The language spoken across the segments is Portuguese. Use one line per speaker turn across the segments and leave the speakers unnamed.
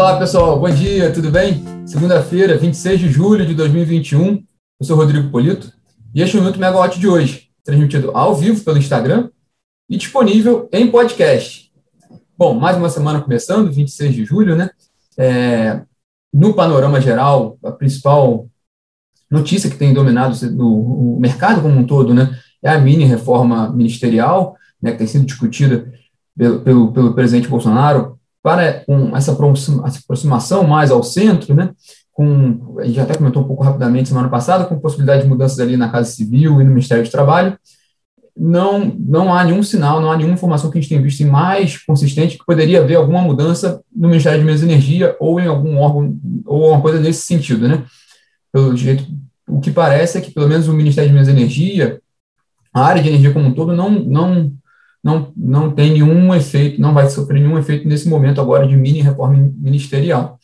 Olá, pessoal. Bom dia, tudo bem? Segunda-feira, 26 de julho de 2021. Eu sou Rodrigo Polito e este é o Minuto Megawatt de hoje, transmitido ao vivo pelo Instagram e disponível em podcast. Bom, mais uma semana começando, 26 de julho, né? No panorama geral, a principal notícia que tem dominado o mercado como um todo, né, é a mini reforma ministerial, né, que tem sido discutida pelo presidente Bolsonaro com essa aproximação mais ao centro, né, a gente até comentou um pouco rapidamente semana passada, com possibilidade de mudanças ali na Casa Civil e no Ministério do Trabalho. Não há nenhum sinal, não há nenhuma informação que a gente tenha visto mais consistente que poderia haver alguma mudança no Ministério de Minas e Energia ou em algum órgão, ou alguma coisa nesse sentido, né? Pelo jeito, o que parece é que, pelo menos, o Ministério de Minas e Energia, a área de energia como um todo, não tem nenhum efeito, não vai sofrer nenhum efeito nesse momento agora de mini reforma ministerial.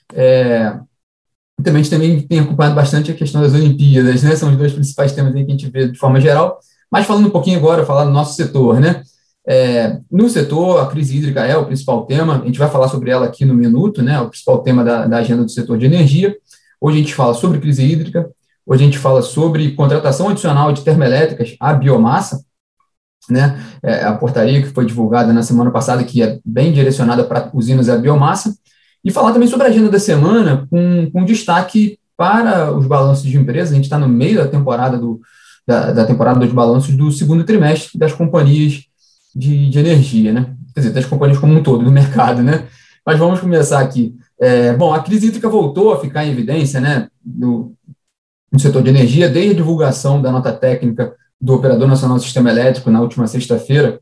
A gente também tem acompanhado bastante a questão das Olimpíadas, né? São os dois principais temas aí que a gente vê de forma geral. Mas falando um pouquinho agora, falar do nosso setor, né? No setor, a crise hídrica é o principal tema, a gente vai falar sobre ela aqui no Minuto, né? O principal tema da agenda do setor de energia. Hoje a gente fala sobre crise hídrica, hoje a gente fala sobre contratação adicional de termoelétricas à biomassa, né? A portaria que foi divulgada na semana passada, que é bem direcionada para usinas à biomassa, e falar também sobre a agenda da semana, com destaque para os balanços de empresas. A gente está no meio da temporada da temporada dos balanços do segundo trimestre das companhias de energia, né? Quer dizer, das companhias como um todo, do mercado, né? Mas vamos começar aqui. Bom, a crise hídrica voltou a ficar em evidência, né, no setor de energia, desde a divulgação da nota técnica do Operador Nacional do Sistema Elétrico na última sexta-feira,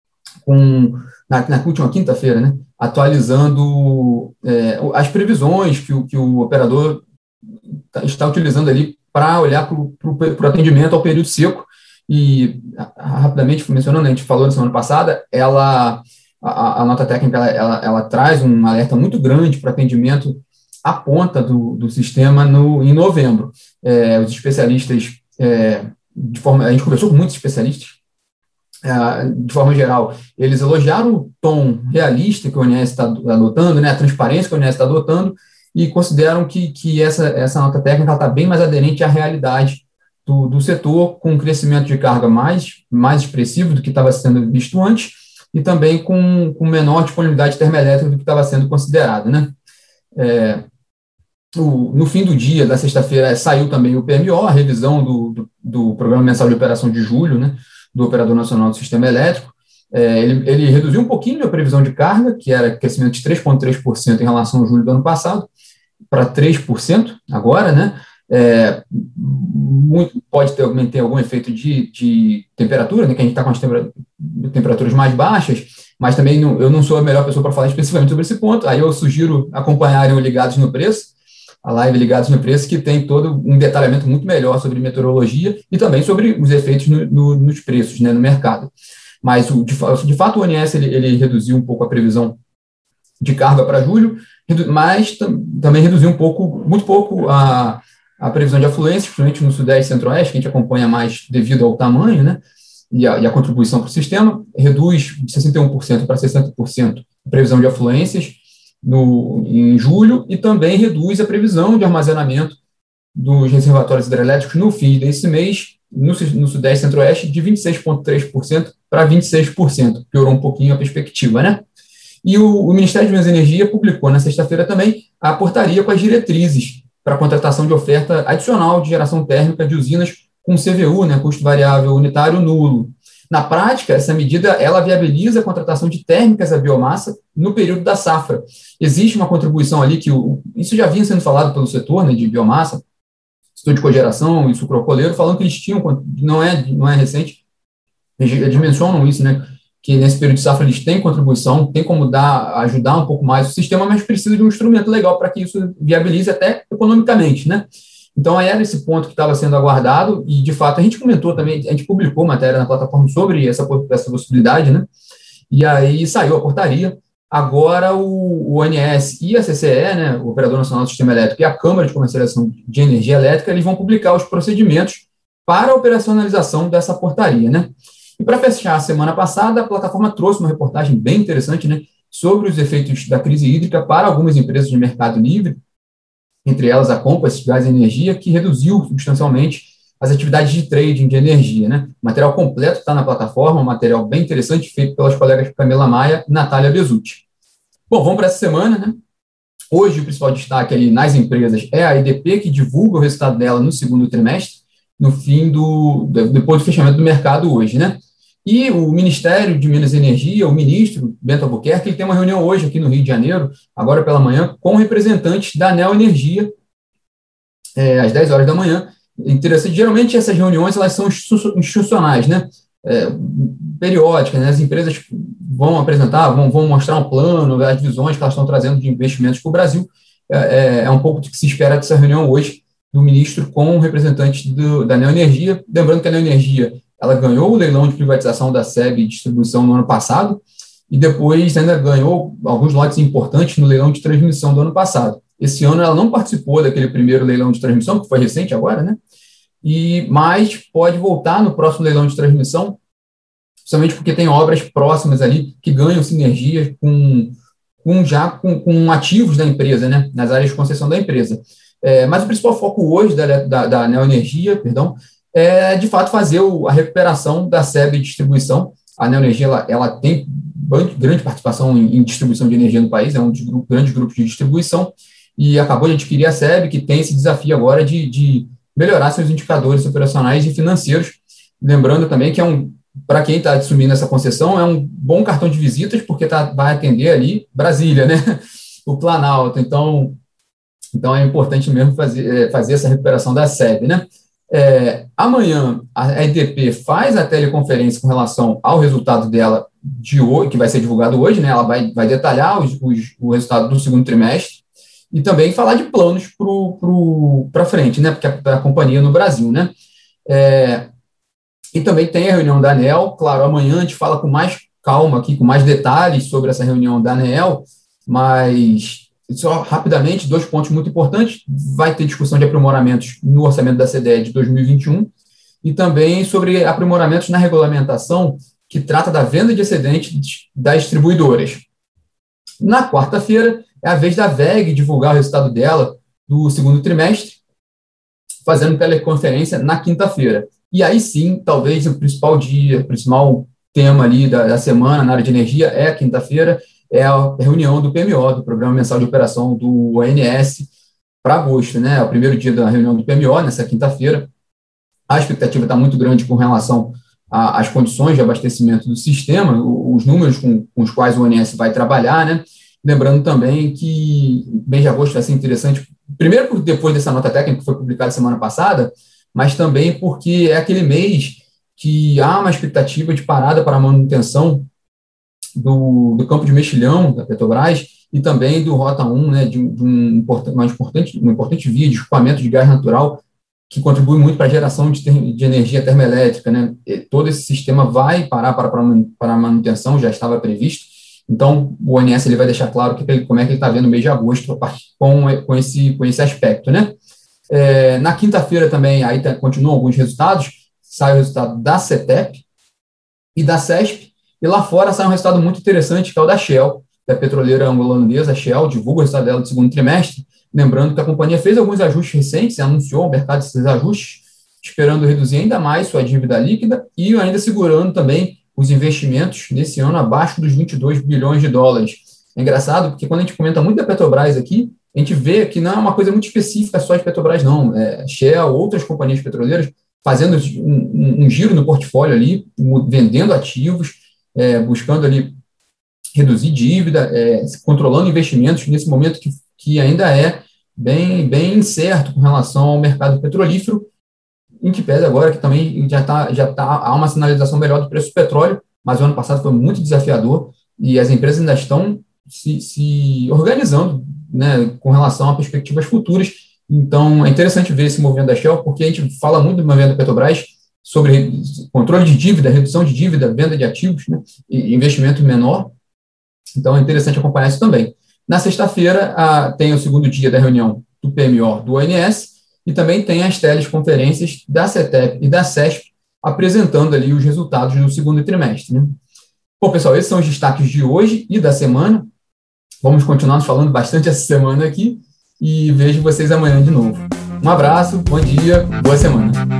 na última quinta-feira, né, atualizando as previsões que o operador está utilizando ali para olhar para o atendimento ao período seco. E, rapidamente mencionando, a gente falou na semana passada, a nota técnica ela traz um alerta muito grande para atendimento à ponta do sistema em novembro. Os especialistas, a gente conversou com muitos especialistas, de forma geral, eles elogiaram o tom realista que o ONS está adotando, né, a transparência que o ONS está adotando, e consideram que essa nota técnica está bem mais aderente à realidade do setor, com um crescimento de carga mais expressivo do que estava sendo visto antes, e também com menor disponibilidade termoelétrica do que estava sendo considerado, né? No fim do dia, da sexta-feira, saiu também o PMO, a revisão do Programa Mensal de Operação de julho, né, do Operador Nacional do Sistema Elétrico. Ele reduziu um pouquinho a previsão de carga, que era crescimento de 3,3% em relação ao julho do ano passado, para 3% agora, né? Pode ter algum efeito de temperatura, né, que a gente está com as temperaturas mais baixas, mas também eu não sou a melhor pessoa para falar especificamente sobre esse ponto. Aí eu sugiro acompanharem o Ligados no Preço, a live Ligados no Preço, que tem todo um detalhamento muito melhor sobre meteorologia e também sobre os efeitos nos preços, né, no mercado. Mas, de fato, o ONS ele reduziu um pouco a previsão de carga para julho, mas também reduziu muito pouco a previsão de afluência, principalmente no Sudeste e Centro-Oeste, que a gente acompanha mais devido ao tamanho, né, e a contribuição para o sistema, reduz de 61% para 60% a previsão de afluências em julho, e também reduz a previsão de armazenamento dos reservatórios hidrelétricos no fim desse mês, no Sudeste e Centro-Oeste, de 26,3% para 26%, piorou um pouquinho a perspectiva, né? E o Ministério de Minas e Energia publicou na sexta-feira também a portaria com as diretrizes para a contratação de oferta adicional de geração térmica de usinas com CVU, né, custo variável unitário nulo. Na prática, essa medida ela viabiliza a contratação de térmicas à biomassa no período da safra. Existe uma contribuição ali isso já vinha sendo falado pelo setor, né, de biomassa, setor de cogeração e sucroalcooleiro, falando que eles tinham, não é recente, eles mencionam isso, né, que nesse período de safra eles têm contribuição, tem como ajudar um pouco mais o sistema, mas precisa de um instrumento legal para que isso viabilize até economicamente, né? Então, aí era esse ponto que estava sendo aguardado, e, de fato, a gente comentou também, a gente publicou matéria na plataforma sobre essa possibilidade, né? E aí saiu a portaria. Agora, o ONS e a CCE, né, o Operador Nacional do Sistema Elétrico, e a Câmara de Comercialização de Energia Elétrica, eles vão publicar os procedimentos para a operacionalização dessa portaria, né? E para fechar a semana passada, a plataforma trouxe uma reportagem bem interessante, né, sobre os efeitos da crise hídrica para algumas empresas de mercado livre, entre elas a Compass Gás e Energia, que reduziu substancialmente as atividades de trading de energia, né? O material completo está na plataforma, um material bem interessante, feito pelas colegas Camila Maia e Natália Bezutti. Bom, vamos para essa semana, né? Hoje, o principal destaque ali nas empresas é a EDP, que divulga o resultado dela no segundo trimestre, depois do fechamento do mercado hoje, né? E o Ministério de Minas e Energia, o ministro Bento Albuquerque, ele tem uma reunião hoje aqui no Rio de Janeiro, agora pela manhã, com representantes da Neo Energia, às 10 horas da manhã. Interessante, geralmente essas reuniões elas são institucionais, né? Periódicas, né? As empresas vão apresentar, vão mostrar um plano, as visões que elas estão trazendo de investimentos para o Brasil. É um pouco do que se espera dessa reunião hoje do ministro com representantes da Neo Energia. Lembrando que a Neo Energia ela ganhou o leilão de privatização da SEB Distribuição no ano passado e depois ainda ganhou alguns lotes importantes no leilão de transmissão do ano passado. Esse ano ela não participou daquele primeiro leilão de transmissão, que foi recente agora, né? Mas pode voltar no próximo leilão de transmissão, principalmente porque tem obras próximas ali que ganham sinergias com ativos da empresa, né? Nas áreas de concessão da empresa. Mas o principal foco hoje da Neo Energia, perdão, é, de fato, fazer a recuperação da SEB Distribuição. A Neo Energia ela tem grande participação em distribuição de energia no país, é um dos grandes grupos de distribuição, e acabou de adquirir a SEB, que tem esse desafio agora de melhorar seus indicadores operacionais e financeiros. Lembrando também que para quem está assumindo essa concessão, é um bom cartão de visitas, porque vai atender ali Brasília, né? O Planalto. Então é importante mesmo fazer essa recuperação da SEB, né? Amanhã a EDP faz a teleconferência com relação ao resultado dela de hoje, que vai ser divulgado hoje, né? Ela vai detalhar o resultado do segundo trimestre e também falar de planos para frente, né? Porque a companhia no Brasil, né? E também tem a reunião da ANEEL. Claro, amanhã a gente fala com mais calma aqui, com mais detalhes sobre essa reunião da ANEEL, mas só rapidamente, 2 pontos muito importantes: vai ter discussão de aprimoramentos no orçamento da CDE de 2021 e também sobre aprimoramentos na regulamentação que trata da venda de excedentes das distribuidoras. Na quarta-feira, é a vez da WEG divulgar o resultado dela do segundo trimestre, fazendo teleconferência na quinta-feira. E aí sim, talvez o principal tema ali da semana na área de energia é a quinta-feira, é a reunião do PMO, do Programa Mensal de Operação do ONS, para agosto, né? É o primeiro dia da reunião do PMO, nessa quinta-feira. A expectativa está muito grande com relação às condições de abastecimento do sistema, os números com os quais o ONS vai trabalhar, né? Lembrando também que o mês de agosto vai ser interessante, primeiro depois dessa nota técnica que foi publicada semana passada, mas também porque é aquele mês que há uma expectativa de parada para a manutenção do campo de mexilhão da Petrobras e também do Rota 1, né, de uma importante via de escoamento de gás natural que contribui muito para a geração de energia termoelétrica, né? Todo esse sistema vai parar para a manutenção, já estava previsto. Então, o ONS ele vai deixar claro como é que ele está vendo o mês de agosto com esse aspecto, né? Na quinta-feira também, aí continuam alguns resultados, sai o resultado da CETEP e da CESP, e lá fora sai um resultado muito interessante, que é o da Shell, da petroleira holandesa. A Shell divulga o resultado dela do segundo trimestre, lembrando que a companhia fez alguns ajustes recentes, anunciou ao mercado esses ajustes, esperando reduzir ainda mais sua dívida líquida e ainda segurando também os investimentos nesse ano abaixo dos 22 bilhões de dólares. É engraçado, porque quando a gente comenta muito da Petrobras aqui, a gente vê que não é uma coisa muito específica só de Petrobras, não. Shell, outras companhias petroleiras, fazendo um giro no portfólio ali, vendendo ativos, buscando ali reduzir dívida, controlando investimentos nesse momento que ainda é bem incerto com relação ao mercado petrolífero, em que pese agora que também há uma sinalização melhor do preço do petróleo, mas o ano passado foi muito desafiador e as empresas ainda estão se organizando, né, com relação a perspectivas futuras. Então, é interessante ver esse movimento da Shell, porque a gente fala muito do movimento da Petrobras sobre controle de dívida, redução de dívida, venda de ativos, né, e investimento menor. Então, é interessante acompanhar isso também. Na sexta-feira, tem o segundo dia da reunião do PMO do ONS e também tem as teleconferências da CETEP e da CESP apresentando ali os resultados do segundo trimestre, né. Bom, pessoal, esses são os destaques de hoje e da semana. Vamos continuar nos falando bastante essa semana aqui e vejo vocês amanhã de novo. Um abraço, bom dia, boa semana.